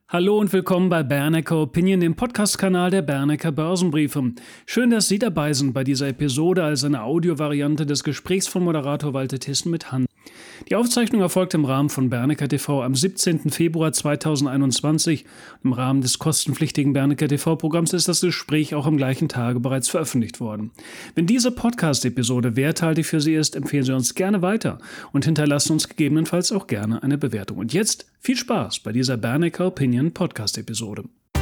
Hallo und willkommen bei Bernecker Opinion, dem Podcast-Kanal der Bernecker Börsenbriefe. Schön, dass Sie dabei sind bei dieser Episode als eine Audiovariante des Gesprächs von Moderator Walter Thyssen mit Hans. Die Aufzeichnung erfolgt im Rahmen von Bernecker TV am 17. Februar 2021. Im Rahmen des kostenpflichtigen Bernecker TV-Programms ist das Gespräch auch am gleichen Tage bereits veröffentlicht worden. Wenn diese Podcast-Episode werthaltig für Sie ist, empfehlen Sie uns gerne weiter und hinterlassen uns gegebenenfalls auch gerne eine Bewertung. Und jetzt viel Spaß bei dieser Bernecker Opinion Podcast-Episode.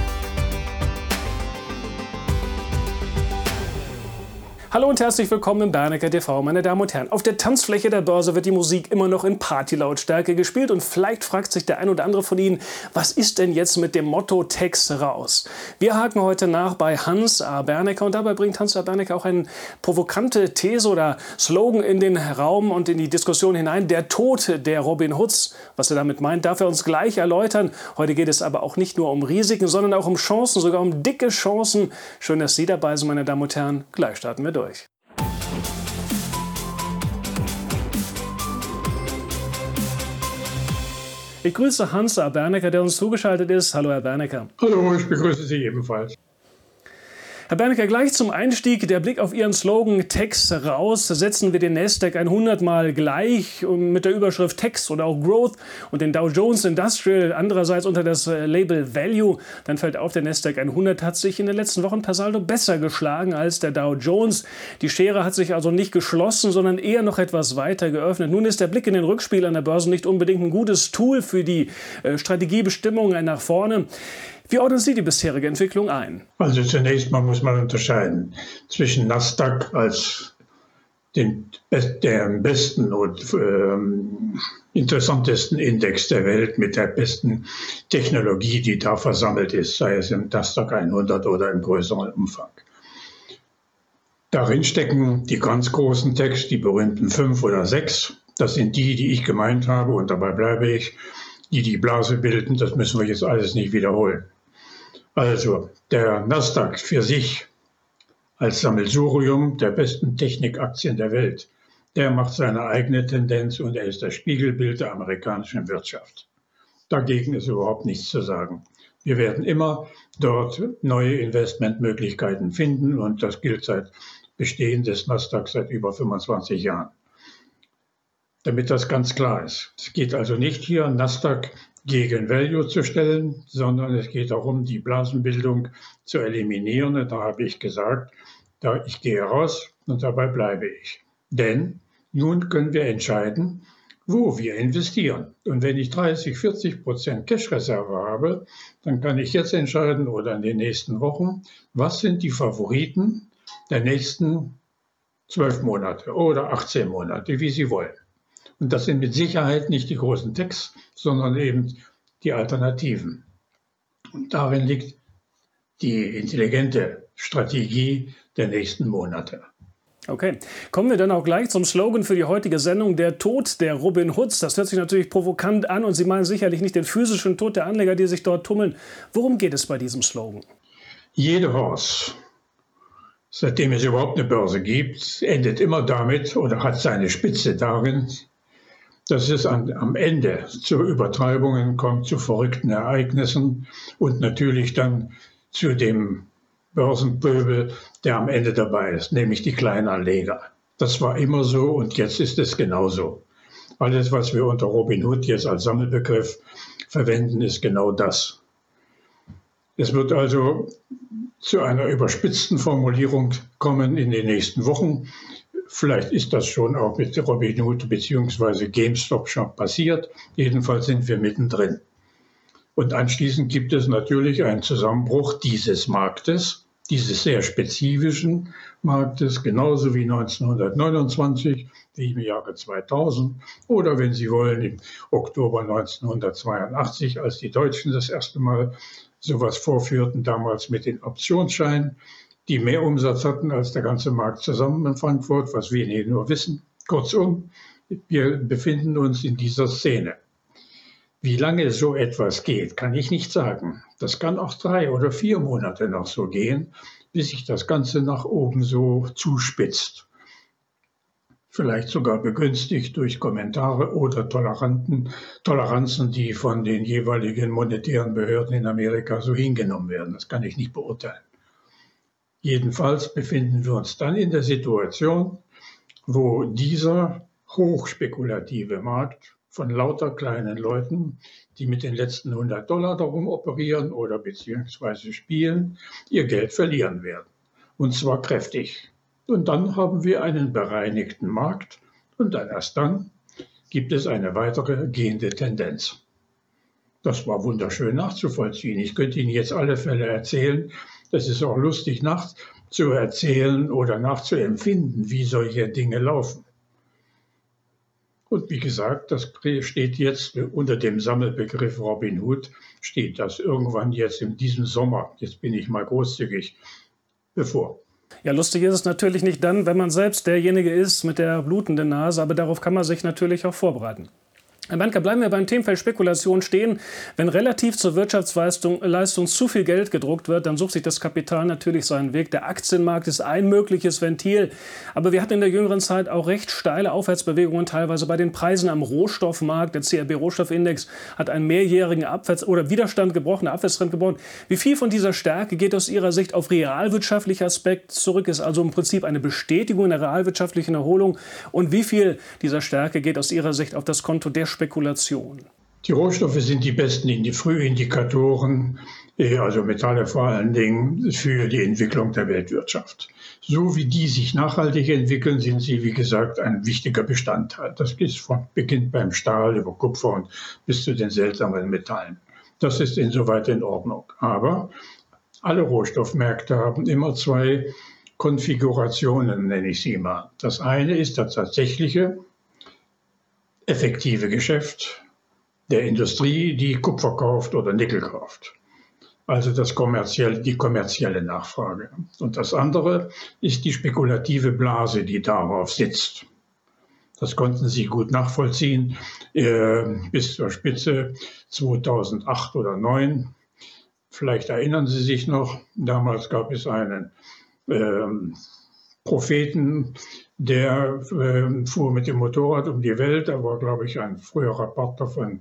Hallo und herzlich willkommen im Bernecker TV, meine Damen und Herren. Auf der Tanzfläche der Börse wird die Musik immer noch in Partylautstärke gespielt und vielleicht fragt sich der ein oder andere von Ihnen, was ist denn jetzt mit dem Motto Text raus? Wir haken heute nach bei Hans A. Bernecker und dabei bringt Hans A. Bernecker auch eine provokante These oder Slogan in den Raum und in die Diskussion hinein. Der Tod der Robin Hoods. Was er damit meint, darf er uns gleich erläutern. Heute geht es aber auch nicht nur um Risiken, sondern auch um Chancen, sogar um dicke Chancen. Schön, dass Sie dabei sind, meine Damen und Herren. Gleich starten wir durch. Ich grüße Hans A. Bernecker, der uns zugeschaltet ist. Hallo, Herr Bernecker. Hallo, ich begrüße Sie ebenfalls. Herr Bernecker, gleich zum Einstieg der Blick auf Ihren Slogan Text raus. Setzen wir den Nasdaq 100 mal gleich mit der Überschrift Text oder auch Growth und den Dow Jones Industrial andererseits unter das Label Value. Dann fällt auf, der Nasdaq 100 hat sich in den letzten Wochen per Saldo besser geschlagen als der Dow Jones. Die Schere hat sich also nicht geschlossen, sondern eher noch etwas weiter geöffnet. Nun ist der Blick in den Rückspiegel an der Börse nicht unbedingt ein gutes Tool für die Strategiebestimmung nach vorne. Wie ordnen Sie die bisherige Entwicklung ein? Also zunächst mal muss man unterscheiden zwischen Nasdaq als der besten und interessantesten Index der Welt mit der besten Technologie, die da versammelt ist, sei es im Nasdaq 100 oder im größeren Umfang. Darin stecken die ganz großen Techs, die berühmten 5 oder 6. Das sind die ich gemeint habe und dabei bleibe ich, die Blase bilden. Das müssen wir jetzt alles nicht wiederholen. Also der Nasdaq für sich als Sammelsurium der besten Technikaktien der Welt, der macht seine eigene Tendenz und er ist das Spiegelbild der amerikanischen Wirtschaft. Dagegen ist überhaupt nichts zu sagen. Wir werden immer dort neue Investmentmöglichkeiten finden und das gilt seit Bestehen des Nasdaq seit über 25 Jahren. Damit das ganz klar ist. Es geht also nicht hier Nasdaq gegen Value zu stellen, sondern es geht darum, die Blasenbildung zu eliminieren. Und da habe ich gesagt, ich gehe raus und dabei bleibe ich. Denn nun können wir entscheiden, wo wir investieren. Und wenn ich 30-40% Cash-Reserve habe, dann kann ich jetzt entscheiden oder in den nächsten Wochen, was sind die Favoriten der nächsten 12 Monate oder 18 Monate, wie Sie wollen. Und das sind mit Sicherheit nicht die großen Techs, sondern eben die Alternativen. Und darin liegt die intelligente Strategie der nächsten Monate. Okay, kommen wir dann auch gleich zum Slogan für die heutige Sendung, der Tod der Robin Hoods. Das hört sich natürlich provokant an und Sie meinen sicherlich nicht den physischen Tod der Anleger, die sich dort tummeln. Worum geht es bei diesem Slogan? Jede Horse, seitdem es überhaupt eine Börse gibt, endet immer damit oder hat seine Spitze darin, dass es am Ende zu Übertreibungen kommt, zu verrückten Ereignissen und natürlich dann zu dem Börsenpöbel, der am Ende dabei ist, nämlich die Kleinanleger. Das war immer so und jetzt ist es genauso. Alles, was wir unter Robin Hood jetzt als Sammelbegriff verwenden, ist genau das. Es wird also zu einer überspitzten Formulierung kommen in den nächsten Wochen. Vielleicht ist das schon auch mit Robinhood bzw. GameStop schon passiert. Jedenfalls sind wir mittendrin. Und anschließend gibt es natürlich einen Zusammenbruch dieses Marktes, dieses sehr spezifischen Marktes, genauso wie 1929, wie im Jahre 2000 oder wenn Sie wollen im Oktober 1982, als die Deutschen das erste Mal sowas vorführten, damals mit den Optionsscheinen, die mehr Umsatz hatten als der ganze Markt zusammen in Frankfurt, was wir hier nur wissen. Kurzum, wir befinden uns in dieser Szene. Wie lange so etwas geht, kann ich nicht sagen. Das kann auch 3 oder 4 Monate noch so gehen, bis sich das Ganze nach oben so zuspitzt. vielleicht sogar begünstigt durch Kommentare oder Toleranzen, die von den jeweiligen monetären Behörden in Amerika so hingenommen werden. Das kann ich nicht beurteilen. Jedenfalls befinden wir uns dann in der Situation, wo dieser hochspekulative Markt von lauter kleinen Leuten, die mit den letzten $100 darum operieren oder beziehungsweise spielen, ihr Geld verlieren werden. Und zwar kräftig. Und dann haben wir einen bereinigten Markt und dann erst dann gibt es eine weitere gehende Tendenz. Das war wunderschön nachzuvollziehen. Ich könnte Ihnen jetzt alle Fälle erzählen. Das ist auch lustig nachzuerzählen oder nachzuempfinden, wie solche Dinge laufen. Und wie gesagt, das steht jetzt unter dem Sammelbegriff Robin Hood, steht das irgendwann jetzt in diesem Sommer, jetzt bin ich mal großzügig, bevor. Ja, lustig ist es natürlich nicht dann, wenn man selbst derjenige ist mit der blutenden Nase, aber darauf kann man sich natürlich auch vorbereiten. Herr Banker, bleiben wir beim Themenfeld Spekulation stehen. Wenn relativ zur Wirtschaftsleistung zu viel Geld gedruckt wird, dann sucht sich das Kapital natürlich seinen Weg. Der Aktienmarkt ist ein mögliches Ventil. Aber wir hatten in der jüngeren Zeit auch recht steile Aufwärtsbewegungen, teilweise bei den Preisen am Rohstoffmarkt. Der CRB-Rohstoffindex hat einen mehrjährigen Widerstand gebrochen, Abwärtstrend gebrochen. Wie viel von dieser Stärke geht aus Ihrer Sicht auf realwirtschaftliche Aspekte zurück? Ist also im Prinzip eine Bestätigung der realwirtschaftlichen Erholung. Und wie viel dieser Stärke geht aus Ihrer Sicht auf das Konto der Spekulation? Die Rohstoffe sind die besten Frühindikatoren, also Metalle vor allen Dingen, für die Entwicklung der Weltwirtschaft. So wie die sich nachhaltig entwickeln, sind sie, wie gesagt, ein wichtiger Bestandteil. Das beginnt beim Stahl über Kupfer und bis zu den seltenen Metallen. Das ist insoweit in Ordnung. Aber alle Rohstoffmärkte haben immer zwei Konfigurationen, nenne ich sie mal. Das eine ist das tatsächliche, effektive Geschäft der Industrie, die Kupfer kauft oder Nickel kauft. Also die kommerzielle Nachfrage. Und das andere ist die spekulative Blase, die darauf sitzt. Das konnten Sie gut nachvollziehen bis zur Spitze 2008 oder 2009. Vielleicht erinnern Sie sich noch, damals gab es einen Propheten, der fuhr mit dem Motorrad um die Welt. Er war, glaube ich, ein früherer Partner von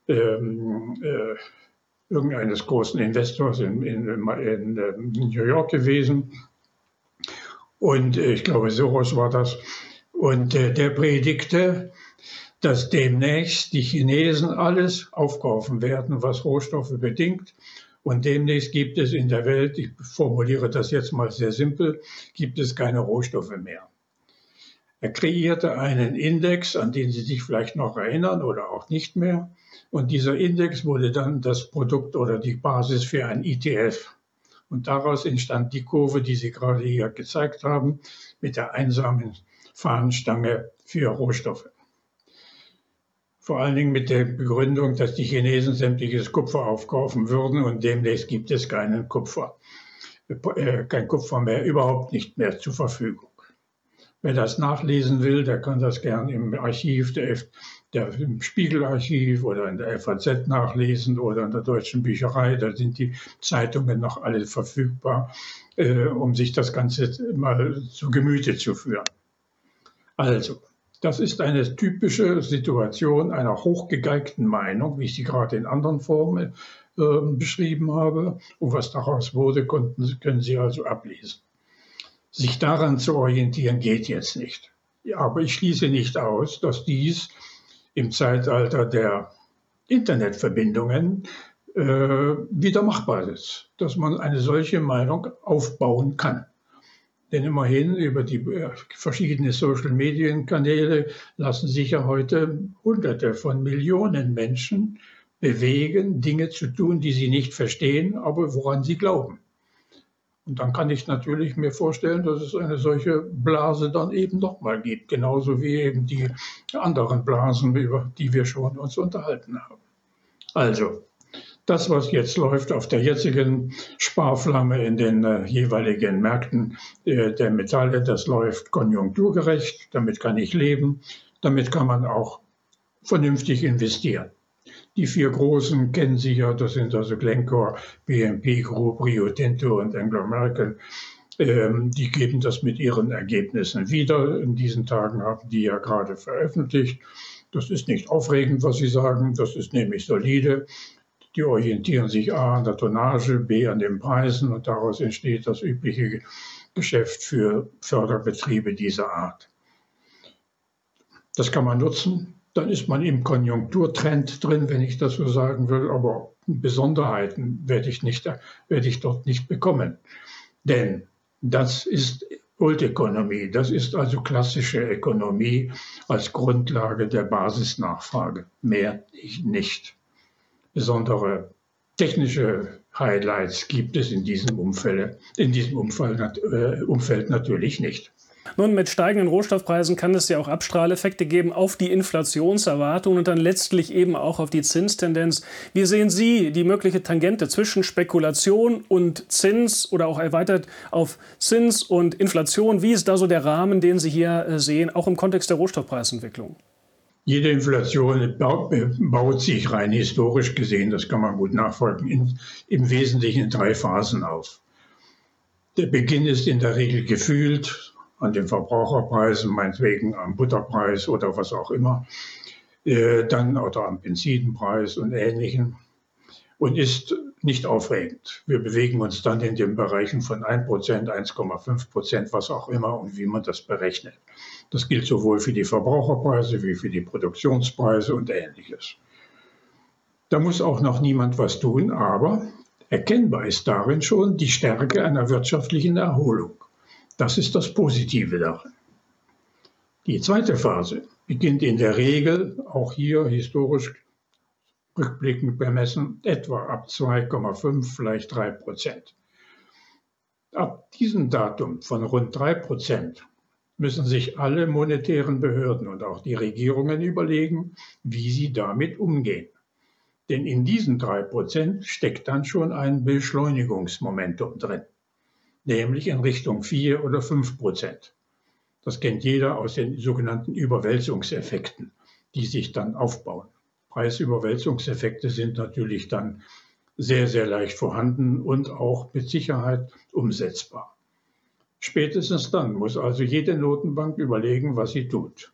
irgendeines großen Investors in New York gewesen. Und ich glaube, Soros war das. Und der predigte, dass demnächst die Chinesen alles aufkaufen werden, was Rohstoffe bedingt. Und demnächst gibt es in der Welt, ich formuliere das jetzt mal sehr simpel, gibt es keine Rohstoffe mehr. Er kreierte einen Index, an den Sie sich vielleicht noch erinnern oder auch nicht mehr. Und dieser Index wurde dann das Produkt oder die Basis für ein ETF. Und daraus entstand die Kurve, die Sie gerade hier gezeigt haben, mit der einsamen Fahnenstange für Rohstoffe. Vor allen Dingen mit der Begründung, dass die Chinesen sämtliches Kupfer aufkaufen würden und demnächst gibt es kein Kupfer mehr, überhaupt nicht mehr zur Verfügung. Wer das nachlesen will, der kann das gern im Archiv, im Spiegelarchiv oder in der FAZ nachlesen oder in der Deutschen Bücherei. Da sind die Zeitungen noch alle verfügbar, um sich das Ganze mal zu Gemüte zu führen. Also, das ist eine typische Situation einer hochgegeigten Meinung, wie ich sie gerade in anderen Formen beschrieben habe. Und was daraus wurde, können Sie also ablesen. Sich daran zu orientieren, geht jetzt nicht. Ja, aber ich schließe nicht aus, dass dies im Zeitalter der Internetverbindungen wieder machbar ist, dass man eine solche Meinung aufbauen kann. Denn immerhin über die verschiedenen Social-Medien-Kanäle lassen sich ja heute Hunderte von Millionen Menschen bewegen, Dinge zu tun, die sie nicht verstehen, aber woran sie glauben. Und dann kann ich natürlich mir vorstellen, dass es eine solche Blase dann eben nochmal gibt, genauso wie eben die anderen Blasen, über die wir schon uns unterhalten haben. Also, das, was jetzt läuft auf der jetzigen Sparflamme in den jeweiligen Märkten der Metalle, das läuft konjunkturgerecht, damit kann ich leben, damit kann man auch vernünftig investieren. Die 4 großen kennen Sie ja, das sind also Glencore, BNP Group, Rio Tinto und Anglo American. Die geben das mit ihren Ergebnissen wieder. In diesen Tagen haben die ja gerade veröffentlicht. Das ist nicht aufregend, was sie sagen, das ist nämlich solide. Die orientieren sich A an der Tonnage, B an den Preisen und daraus entsteht das übliche Geschäft für Förderbetriebe dieser Art. Das kann man nutzen, dann ist man im Konjunkturtrend drin, wenn ich das so sagen will, aber Besonderheiten werde ich dort nicht bekommen. Denn das ist Old Economy, das ist also klassische Ökonomie als Grundlage der Basisnachfrage, mehr nicht. Besondere technische Highlights gibt es in diesem Umfeld natürlich nicht. Nun, mit steigenden Rohstoffpreisen kann es ja auch Abstrahleffekte geben auf die Inflationserwartungen und dann letztlich eben auch auf die Zinstendenz. Wie sehen Sie die mögliche Tangente zwischen Spekulation und Zins oder auch erweitert auf Zins und Inflation? Wie ist da so der Rahmen, den Sie hier sehen, auch im Kontext der Rohstoffpreisentwicklung? Jede Inflation baut sich rein historisch gesehen, das kann man gut nachfolgen, im Wesentlichen in 3 Phasen auf. Der Beginn ist in der Regel gefühlt an den Verbraucherpreisen, meinetwegen am Butterpreis oder was auch immer, dann oder am Benzinpreis und Ähnlichem und ist nicht aufregend. Wir bewegen uns dann in den Bereichen von 1%, 1,5%, was auch immer und wie man das berechnet. Das gilt sowohl für die Verbraucherpreise wie für die Produktionspreise und Ähnliches. Da muss auch noch niemand was tun, aber erkennbar ist darin schon die Stärke einer wirtschaftlichen Erholung. Das ist das Positive daran. Die zweite Phase beginnt in der Regel, auch hier historisch rückblickend bemessen, etwa ab 2,5, vielleicht 3%. Ab diesem Datum von rund 3% müssen sich alle monetären Behörden und auch die Regierungen überlegen, wie sie damit umgehen. Denn in diesen 3% steckt dann schon ein Beschleunigungsmomentum drin, nämlich in Richtung 4 oder 5%. Das kennt jeder aus den sogenannten Überwälzungseffekten, die sich dann aufbauen. Preisüberwälzungseffekte sind natürlich dann sehr, sehr leicht vorhanden und auch mit Sicherheit umsetzbar. Spätestens dann muss also jede Notenbank überlegen, was sie tut.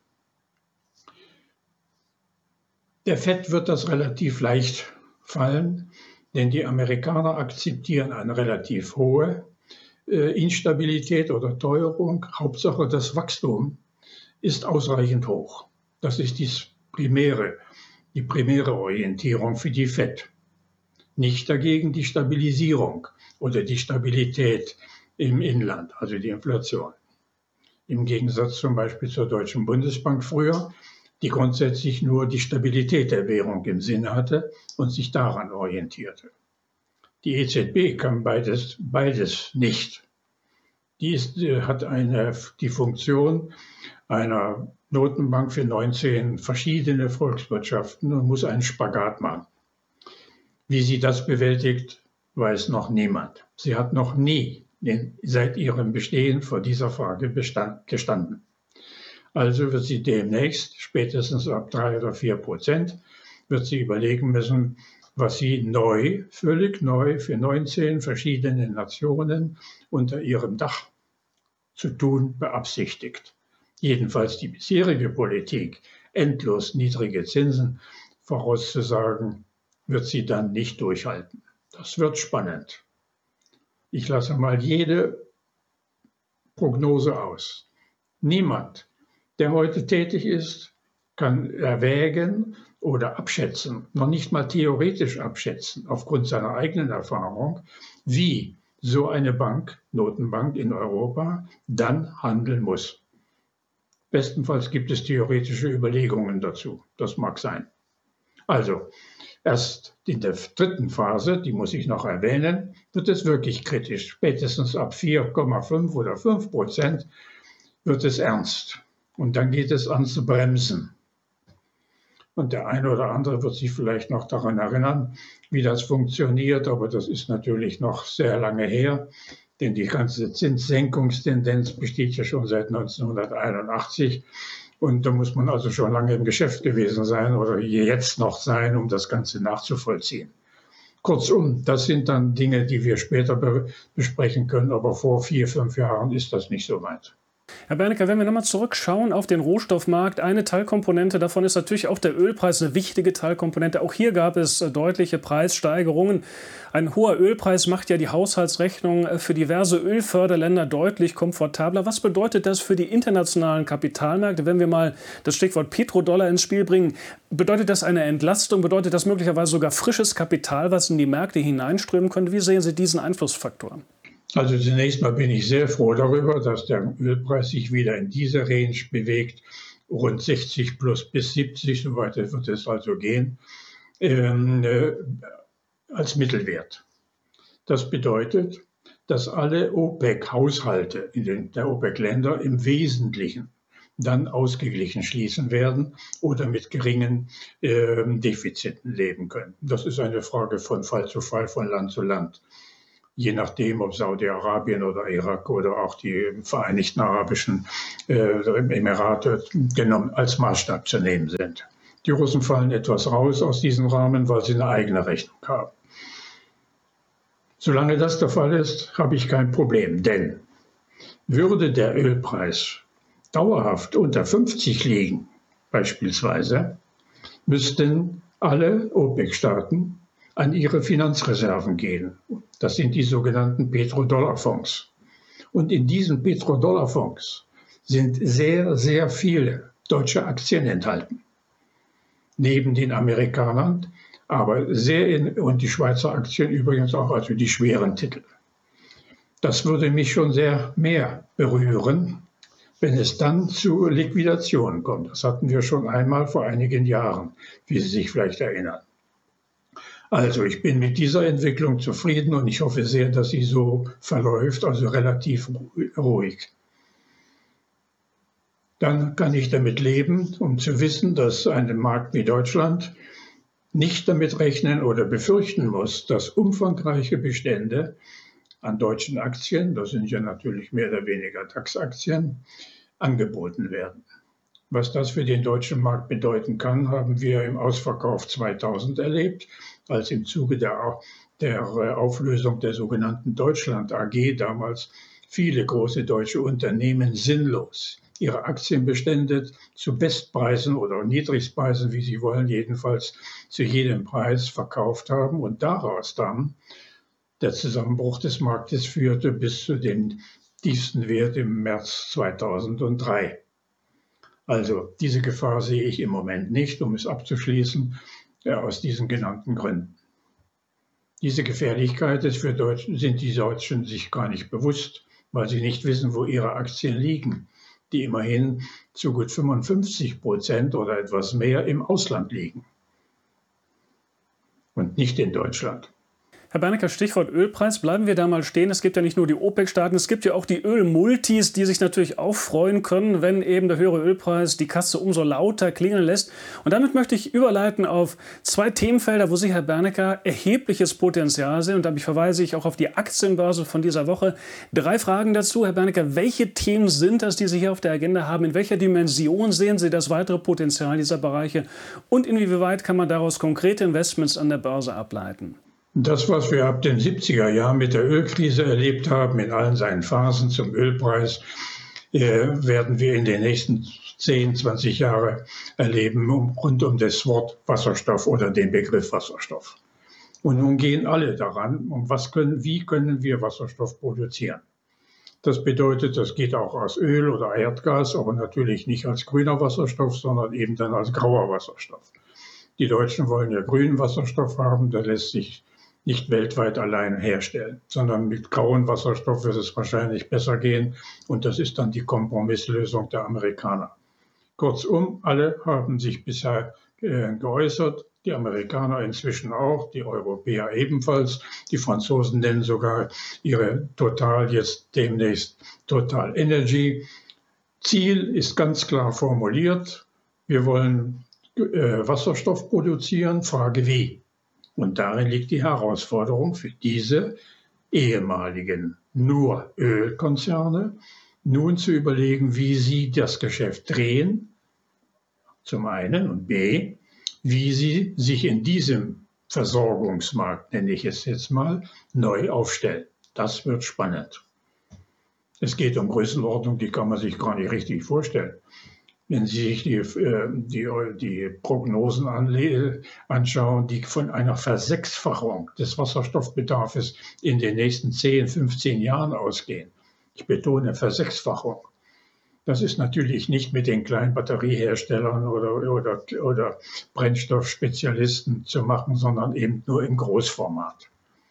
Der FED wird das relativ leicht fallen, denn die Amerikaner akzeptieren eine relativ hohe Instabilität oder Teuerung. Hauptsache das Wachstum ist ausreichend hoch. Das ist die primäre Orientierung für die FED. Nicht dagegen die Stabilisierung oder die Stabilität im Inland, also die Inflation. Im Gegensatz zum Beispiel zur Deutschen Bundesbank früher, die grundsätzlich nur die Stabilität der Währung im Sinne hatte und sich daran orientierte. Die EZB kann beides nicht. Die hat die Funktion einer Notenbank für 19 verschiedene Volkswirtschaften und muss einen Spagat machen. Wie sie das bewältigt, weiß noch niemand. Sie hat noch nie seit ihrem Bestehen vor dieser Frage gestanden. Also wird sie demnächst, spätestens ab 3 oder 4%, wird sie überlegen müssen, was sie völlig neu für 19 verschiedene Nationen unter ihrem Dach zu tun beabsichtigt. Jedenfalls die bisherige Politik, endlos niedrige Zinsen vorauszusagen, wird sie dann nicht durchhalten. Das wird spannend. Ich lasse mal jede Prognose aus. Niemand, der heute tätig ist, kann erwägen oder abschätzen, noch nicht mal theoretisch abschätzen, aufgrund seiner eigenen Erfahrung, wie so eine Notenbank in Europa, dann handeln muss. Bestenfalls gibt es theoretische Überlegungen dazu. Das mag sein. Also, erst in der dritten Phase, die muss ich noch erwähnen, wird es wirklich kritisch. Spätestens ab 4,5 oder 5% wird es ernst. Und dann geht es an zu bremsen. Und der eine oder andere wird sich vielleicht noch daran erinnern, wie das funktioniert, aber das ist natürlich noch sehr lange her, denn die ganze Zinssenkungstendenz besteht ja schon seit 1981 und da muss man also schon lange im Geschäft gewesen sein oder jetzt noch sein, um das Ganze nachzuvollziehen. Kurzum, das sind dann Dinge, die wir später besprechen können, aber vor 4, 5 Jahren ist das nicht so weit. Herr Bernecker, wenn wir nochmal zurückschauen auf den Rohstoffmarkt, eine Teilkomponente davon ist natürlich auch der Ölpreis, eine wichtige Teilkomponente. Auch hier gab es deutliche Preissteigerungen. Ein hoher Ölpreis macht ja die Haushaltsrechnung für diverse Ölförderländer deutlich komfortabler. Was bedeutet das für die internationalen Kapitalmärkte, wenn wir mal das Stichwort Petrodollar ins Spiel bringen? Bedeutet das eine Entlastung? Bedeutet das möglicherweise sogar frisches Kapital, was in die Märkte hineinströmen könnte? Wie sehen Sie diesen Einflussfaktor? Also zunächst mal bin ich sehr froh darüber, dass der Ölpreis sich wieder in diese Range bewegt, rund 60 plus bis 70, so weit wird es also gehen, als Mittelwert. Das bedeutet, dass alle OPEC-Haushalte in der OPEC-Länder im Wesentlichen dann ausgeglichen schließen werden oder mit geringen Defiziten leben können. Das ist eine Frage von Fall zu Fall, von Land zu Land. Je nachdem, ob Saudi-Arabien oder Irak oder auch die Vereinigten Arabischen Emirate genommen als Maßstab zu nehmen sind. Die Russen fallen etwas raus aus diesem Rahmen, weil sie eine eigene Rechnung haben. Solange das der Fall ist, habe ich kein Problem, denn würde der Ölpreis dauerhaft unter 50 liegen, beispielsweise, müssten alle OPEC-Staaten an ihre Finanzreserven gehen. Das sind die sogenannten Petrodollarfonds. Und in diesen Petrodollarfonds sind sehr, sehr viele deutsche Aktien enthalten. Neben den Amerikanern, aber und die Schweizer Aktien übrigens auch, also die schweren Titel. Das würde mich schon sehr mehr berühren, wenn es dann zu Liquidationen kommt. Das hatten wir schon einmal vor einigen Jahren, wie Sie sich vielleicht erinnern. Also ich bin mit dieser Entwicklung zufrieden und ich hoffe sehr, dass sie so verläuft, also relativ ruhig. Dann kann ich damit leben, um zu wissen, dass ein Markt wie Deutschland nicht damit rechnen oder befürchten muss, dass umfangreiche Bestände an deutschen Aktien, das sind ja natürlich mehr oder weniger DAX-Aktien, angeboten werden. Was das für den deutschen Markt bedeuten kann, haben wir im Ausverkauf 2000 erlebt, als im Zuge der Auflösung der sogenannten Deutschland AG damals viele große deutsche Unternehmen sinnlos ihre Aktienbestände zu Bestpreisen oder Niedrigpreisen, wie sie wollen, jedenfalls zu jedem Preis verkauft haben und daraus dann der Zusammenbruch des Marktes führte bis zu dem tiefsten Wert im März 2003. Also diese Gefahr sehe ich im Moment nicht, um es abzuschließen, aus diesen genannten Gründen. Diese Gefährlichkeit sind die Deutschen sich gar nicht bewusst, weil sie nicht wissen, wo ihre Aktien liegen, die immerhin zu gut 55% oder etwas mehr im Ausland liegen und nicht in Deutschland. Herr Bernecker, Stichwort Ölpreis, bleiben wir da mal stehen. Es gibt ja nicht nur die OPEC-Staaten, es gibt ja auch die Ölmultis, die sich natürlich auch freuen können, wenn eben der höhere Ölpreis die Kasse umso lauter klingeln lässt. Und damit möchte ich überleiten auf zwei Themenfelder, wo Sie, Herr Bernecker, erhebliches Potenzial sehen. Und damit verweise ich auch auf die Aktienbörse von dieser Woche. 3 Fragen dazu, Herr Bernecker. Welche Themen sind das, die Sie hier auf der Agenda haben? In welcher Dimension sehen Sie das weitere Potenzial dieser Bereiche? Und inwieweit kann man daraus konkrete Investments an der Börse ableiten? Das, was wir ab den 70er Jahren mit der Ölkrise erlebt haben, in allen seinen Phasen zum Ölpreis, werden wir in den nächsten 10, 20 Jahren erleben, rund um das Wort Wasserstoff oder den Begriff Wasserstoff. Und nun gehen alle daran, wie können wir Wasserstoff produzieren? Das bedeutet, das geht auch aus Öl oder Erdgas, aber natürlich nicht als grüner Wasserstoff, sondern eben dann als grauer Wasserstoff. Die Deutschen wollen ja grünen Wasserstoff haben, der lässt sich nicht weltweit allein herstellen, sondern mit grauen Wasserstoff wird es wahrscheinlich besser gehen und das ist dann die Kompromisslösung der Amerikaner. Kurzum, alle haben sich bisher geäußert, die Amerikaner inzwischen auch, die Europäer ebenfalls, die Franzosen nennen sogar ihre Total jetzt demnächst Total Energy. Ziel ist ganz klar formuliert, wir wollen Wasserstoff produzieren, Frage wie. Und darin liegt die Herausforderung für diese ehemaligen nur Ölkonzerne, nun zu überlegen, wie sie das Geschäft drehen, zum einen, und b, wie sie sich in diesem Versorgungsmarkt, nenne ich es jetzt mal, neu aufstellen. Das wird spannend. Es geht um Größenordnung, die kann man sich gar nicht richtig vorstellen. Wenn Sie sich die Prognosen anschauen, die von einer Versechsfachung des Wasserstoffbedarfs in den nächsten 10, 15 Jahren ausgehen. Ich betone Versechsfachung. Das ist natürlich nicht mit den kleinen Batterieherstellern oder Brennstoffspezialisten zu machen, sondern eben nur im Großformat.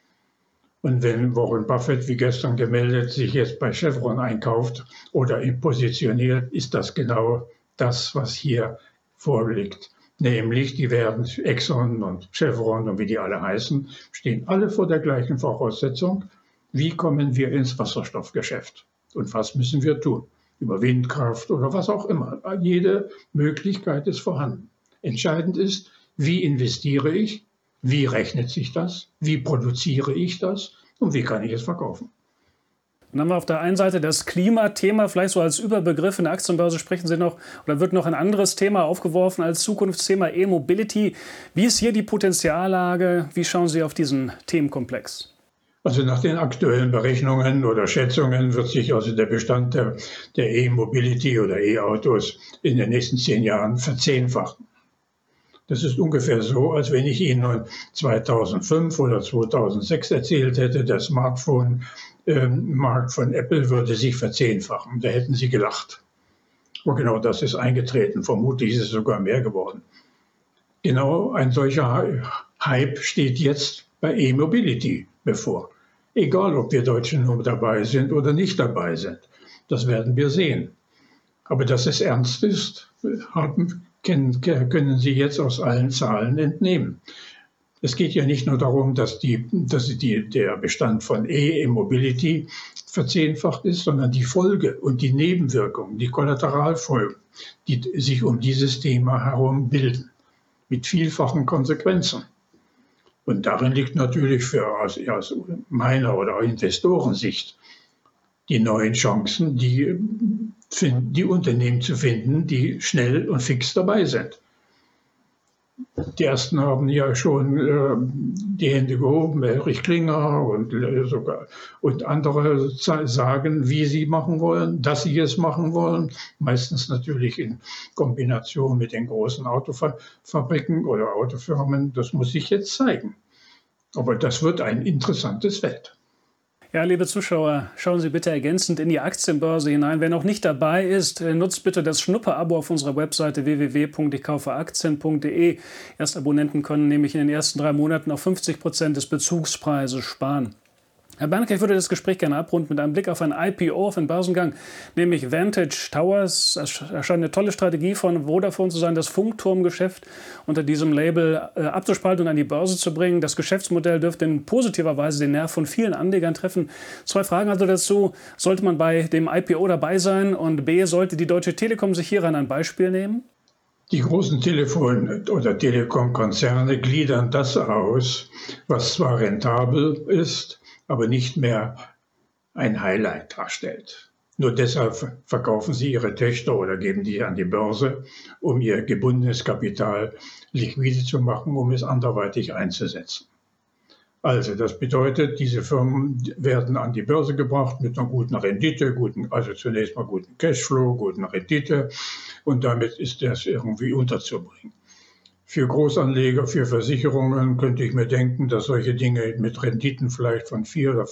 Und wenn Warren Buffett, wie gestern gemeldet, sich jetzt bei Chevron einkauft oder ihn positioniert, ist das genau das, was hier vorliegt. Nämlich, die werden Exxon und Chevron und wie die alle heißen, stehen alle vor der gleichen Voraussetzung. Wie kommen wir ins Wasserstoffgeschäft? Und was müssen wir tun? Über Windkraft oder was auch immer. Jede Möglichkeit ist vorhanden. Entscheidend ist, wie investiere ich, wie rechnet sich das, wie produziere ich das und wie kann ich es verkaufen. Dann haben wir auf der einen Seite das Klimathema, vielleicht so als Überbegriff. In der Aktienbörse sprechen Sie noch, oder wird noch ein anderes Thema aufgeworfen als Zukunftsthema E-Mobility. Wie ist hier die Potenziallage? Wie schauen Sie auf diesen Themenkomplex? Also nach den aktuellen Berechnungen oder Schätzungen wird sich also der Bestand der E-Mobility oder E-Autos in den nächsten 10 Jahren verzehnfachen. Das ist ungefähr so, als wenn ich Ihnen 2005 oder 2006 erzählt hätte, der Smartphone-Markt von Apple würde sich verzehnfachen. Da hätten Sie gelacht. Aber genau das ist eingetreten. Vermutlich ist es sogar mehr geworden. Genau ein solcher Hype steht jetzt bei E-Mobility bevor. Egal, ob wir Deutschen nur dabei sind oder nicht dabei sind. Das werden wir sehen. Aber dass es ernst ist, können Sie jetzt aus allen Zahlen entnehmen. Es geht ja nicht nur darum, dass der Bestand von E-Mobility verzehnfacht ist, sondern die Folge und die Nebenwirkungen, die Kollateralfolgen, die sich um dieses Thema herum bilden, mit vielfachen Konsequenzen. Und darin liegt natürlich aus meiner oder Investorensicht die neuen Chancen, die Unternehmen zu finden, die schnell und fix dabei sind. Die ersten haben ja schon die Hände gehoben, Erich Klinger und andere sagen, wie sie machen wollen, dass sie es machen wollen. Meistens natürlich in Kombination mit den großen Autofabriken oder Autofirmen. Das muss sich jetzt zeigen. Aber das wird ein interessantes Feld. Ja, liebe Zuschauer, schauen Sie bitte ergänzend in die Aktienbörse hinein. Wer noch nicht dabei ist, nutzt bitte das Schnupper-Abo auf unserer Webseite www.ichkaufeaktien.de. Erstabonnenten können nämlich in den ersten 3 Monaten auf 50% des Bezugspreises sparen. Herr Berneke, ich würde das Gespräch gerne abrunden mit einem Blick auf ein IPO, auf einen Börsengang, nämlich Vantage Towers. Es scheint eine tolle Strategie von Vodafone zu sein, das Funkturmgeschäft unter diesem Label abzuspalten und an die Börse zu bringen. Das Geschäftsmodell dürfte in positiver Weise den Nerv von vielen Anlegern treffen. 2 Fragen also dazu. Sollte man bei dem IPO dabei sein? Und B, sollte die Deutsche Telekom sich hieran ein Beispiel nehmen? Die großen Telefon- oder Telekom-Konzerne gliedern das aus, was zwar rentabel ist, aber nicht mehr ein Highlight darstellt. Nur deshalb verkaufen sie ihre Töchter oder geben die an die Börse, um ihr gebundenes Kapital liquide zu machen, um es anderweitig einzusetzen. Also das bedeutet, diese Firmen werden an die Börse gebracht mit einer guten Rendite, also zunächst mal guten Cashflow, guten Rendite, und damit ist das irgendwie unterzubringen. Für Großanleger, für Versicherungen könnte ich mir denken, dass solche Dinge mit Renditen vielleicht von 4 oder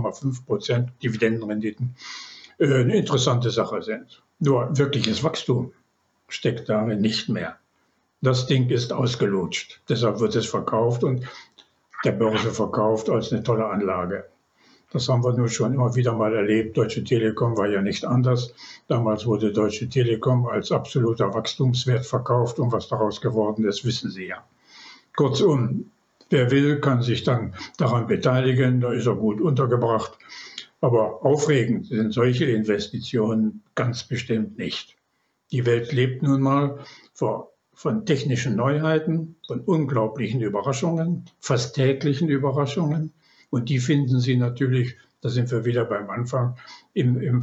4,5% Dividendenrenditen eine interessante Sache sind. Nur wirkliches Wachstum steckt darin nicht mehr. Das Ding ist ausgelutscht. Deshalb wird es verkauft und der Börse verkauft als eine tolle Anlage. Das haben wir nun schon immer wieder mal erlebt. Deutsche Telekom war ja nicht anders. Damals wurde Deutsche Telekom als absoluter Wachstumswert verkauft und was daraus geworden ist, wissen Sie ja. Kurzum, wer will, kann sich dann daran beteiligen, da ist er gut untergebracht. Aber aufregend sind solche Investitionen ganz bestimmt nicht. Die Welt lebt nun mal von technischen Neuheiten, von unglaublichen Überraschungen, fast täglichen Überraschungen. Und die finden Sie natürlich, da sind wir wieder beim Anfang, im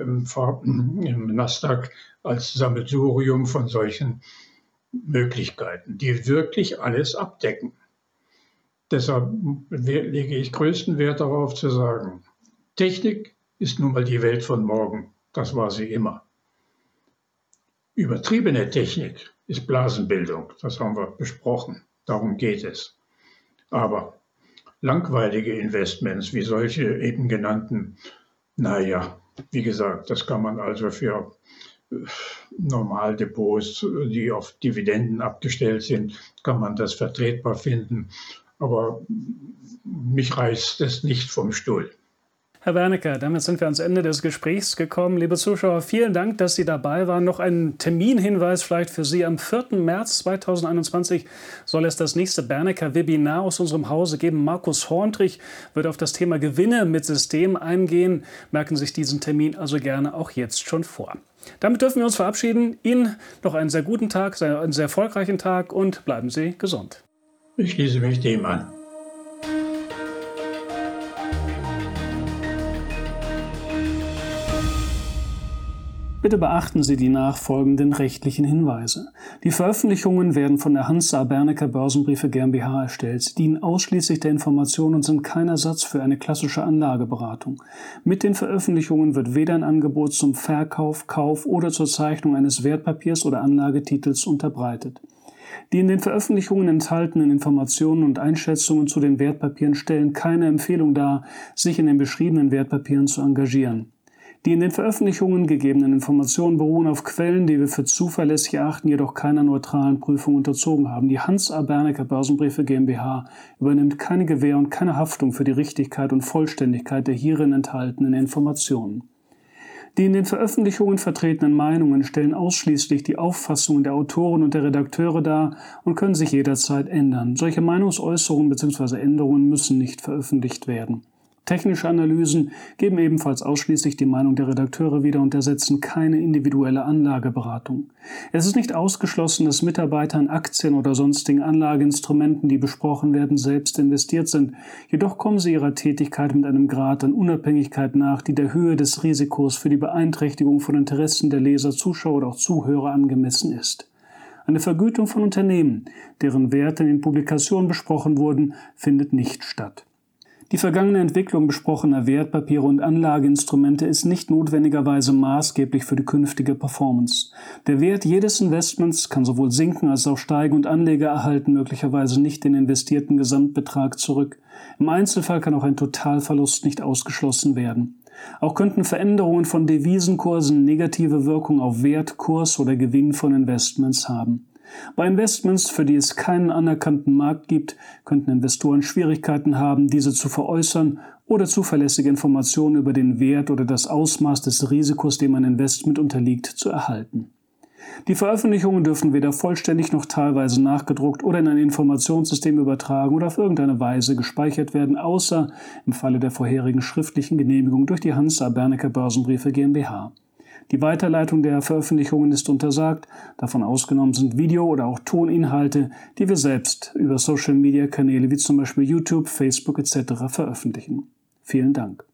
Nasdaq als Sammelsurium von solchen Möglichkeiten, die wirklich alles abdecken. Deshalb lege ich größten Wert darauf zu sagen, Technik ist nun mal die Welt von morgen. Das war sie immer. Übertriebene Technik ist Blasenbildung. Das haben wir besprochen. Darum geht es. Aber langweilige Investments wie solche eben genannten, naja, wie gesagt, das kann man also für Normaldepots, die auf Dividenden abgestellt sind, kann man das vertretbar finden. Aber mich reißt es nicht vom Stuhl. Herr Wernicke, damit sind wir ans Ende des Gesprächs gekommen. Liebe Zuschauer, vielen Dank, dass Sie dabei waren. Noch ein Terminhinweis vielleicht für Sie. Am 4. März 2021 soll es das nächste Bernecker-Webinar aus unserem Hause geben. Markus Horntrich wird auf das Thema Gewinne mit System eingehen. Merken Sie sich diesen Termin also gerne auch jetzt schon vor. Damit dürfen wir uns verabschieden. Ihnen noch einen sehr guten Tag, einen sehr erfolgreichen Tag und bleiben Sie gesund. Ich schließe mich dem an. Bitte beachten Sie die nachfolgenden rechtlichen Hinweise. Die Veröffentlichungen werden von der Hans-A. Bernecker Börsenbriefe GmbH erstellt. Sie dienen ausschließlich der Information und sind kein Ersatz für eine klassische Anlageberatung. Mit den Veröffentlichungen wird weder ein Angebot zum Verkauf, Kauf oder zur Zeichnung eines Wertpapiers oder Anlagetitels unterbreitet. Die in den Veröffentlichungen enthaltenen Informationen und Einschätzungen zu den Wertpapieren stellen keine Empfehlung dar, sich in den beschriebenen Wertpapieren zu engagieren. Die in den Veröffentlichungen gegebenen Informationen beruhen auf Quellen, die wir für zuverlässig erachten, jedoch keiner neutralen Prüfung unterzogen haben. Die Hans-A. Bernecker Börsenbriefe GmbH übernimmt keine Gewähr und keine Haftung für die Richtigkeit und Vollständigkeit der hierin enthaltenen Informationen. Die in den Veröffentlichungen vertretenen Meinungen stellen ausschließlich die Auffassungen der Autoren und der Redakteure dar und können sich jederzeit ändern. Solche Meinungsäußerungen bzw. Änderungen müssen nicht veröffentlicht werden. Technische Analysen geben ebenfalls ausschließlich die Meinung der Redakteure wieder und ersetzen keine individuelle Anlageberatung. Es ist nicht ausgeschlossen, dass Mitarbeiter in Aktien oder sonstigen Anlageinstrumenten, die besprochen werden, selbst investiert sind. Jedoch kommen sie ihrer Tätigkeit mit einem Grad an Unabhängigkeit nach, die der Höhe des Risikos für die Beeinträchtigung von Interessen der Leser, Zuschauer oder auch Zuhörer angemessen ist. Eine Vergütung von Unternehmen, deren Werte in den Publikationen besprochen wurden, findet nicht statt. Die vergangene Entwicklung besprochener Wertpapiere und Anlageinstrumente ist nicht notwendigerweise maßgeblich für die künftige Performance. Der Wert jedes Investments kann sowohl sinken als auch steigen und Anleger erhalten möglicherweise nicht den investierten Gesamtbetrag zurück. Im Einzelfall kann auch ein Totalverlust nicht ausgeschlossen werden. Auch könnten Veränderungen von Devisenkursen negative Wirkung auf Wert, Kurs oder Gewinn von Investments haben. Bei Investments, für die es keinen anerkannten Markt gibt, könnten Investoren Schwierigkeiten haben, diese zu veräußern oder zuverlässige Informationen über den Wert oder das Ausmaß des Risikos, dem ein Investment unterliegt, zu erhalten. Die Veröffentlichungen dürfen weder vollständig noch teilweise nachgedruckt oder in ein Informationssystem übertragen oder auf irgendeine Weise gespeichert werden, außer im Falle der vorherigen schriftlichen Genehmigung durch die Hans-A. Bernecker Börsenbriefe GmbH. Die Weiterleitung der Veröffentlichungen ist untersagt, davon ausgenommen sind Video- oder auch Toninhalte, die wir selbst über Social-Media-Kanäle wie zum Beispiel YouTube, Facebook etc. veröffentlichen. Vielen Dank.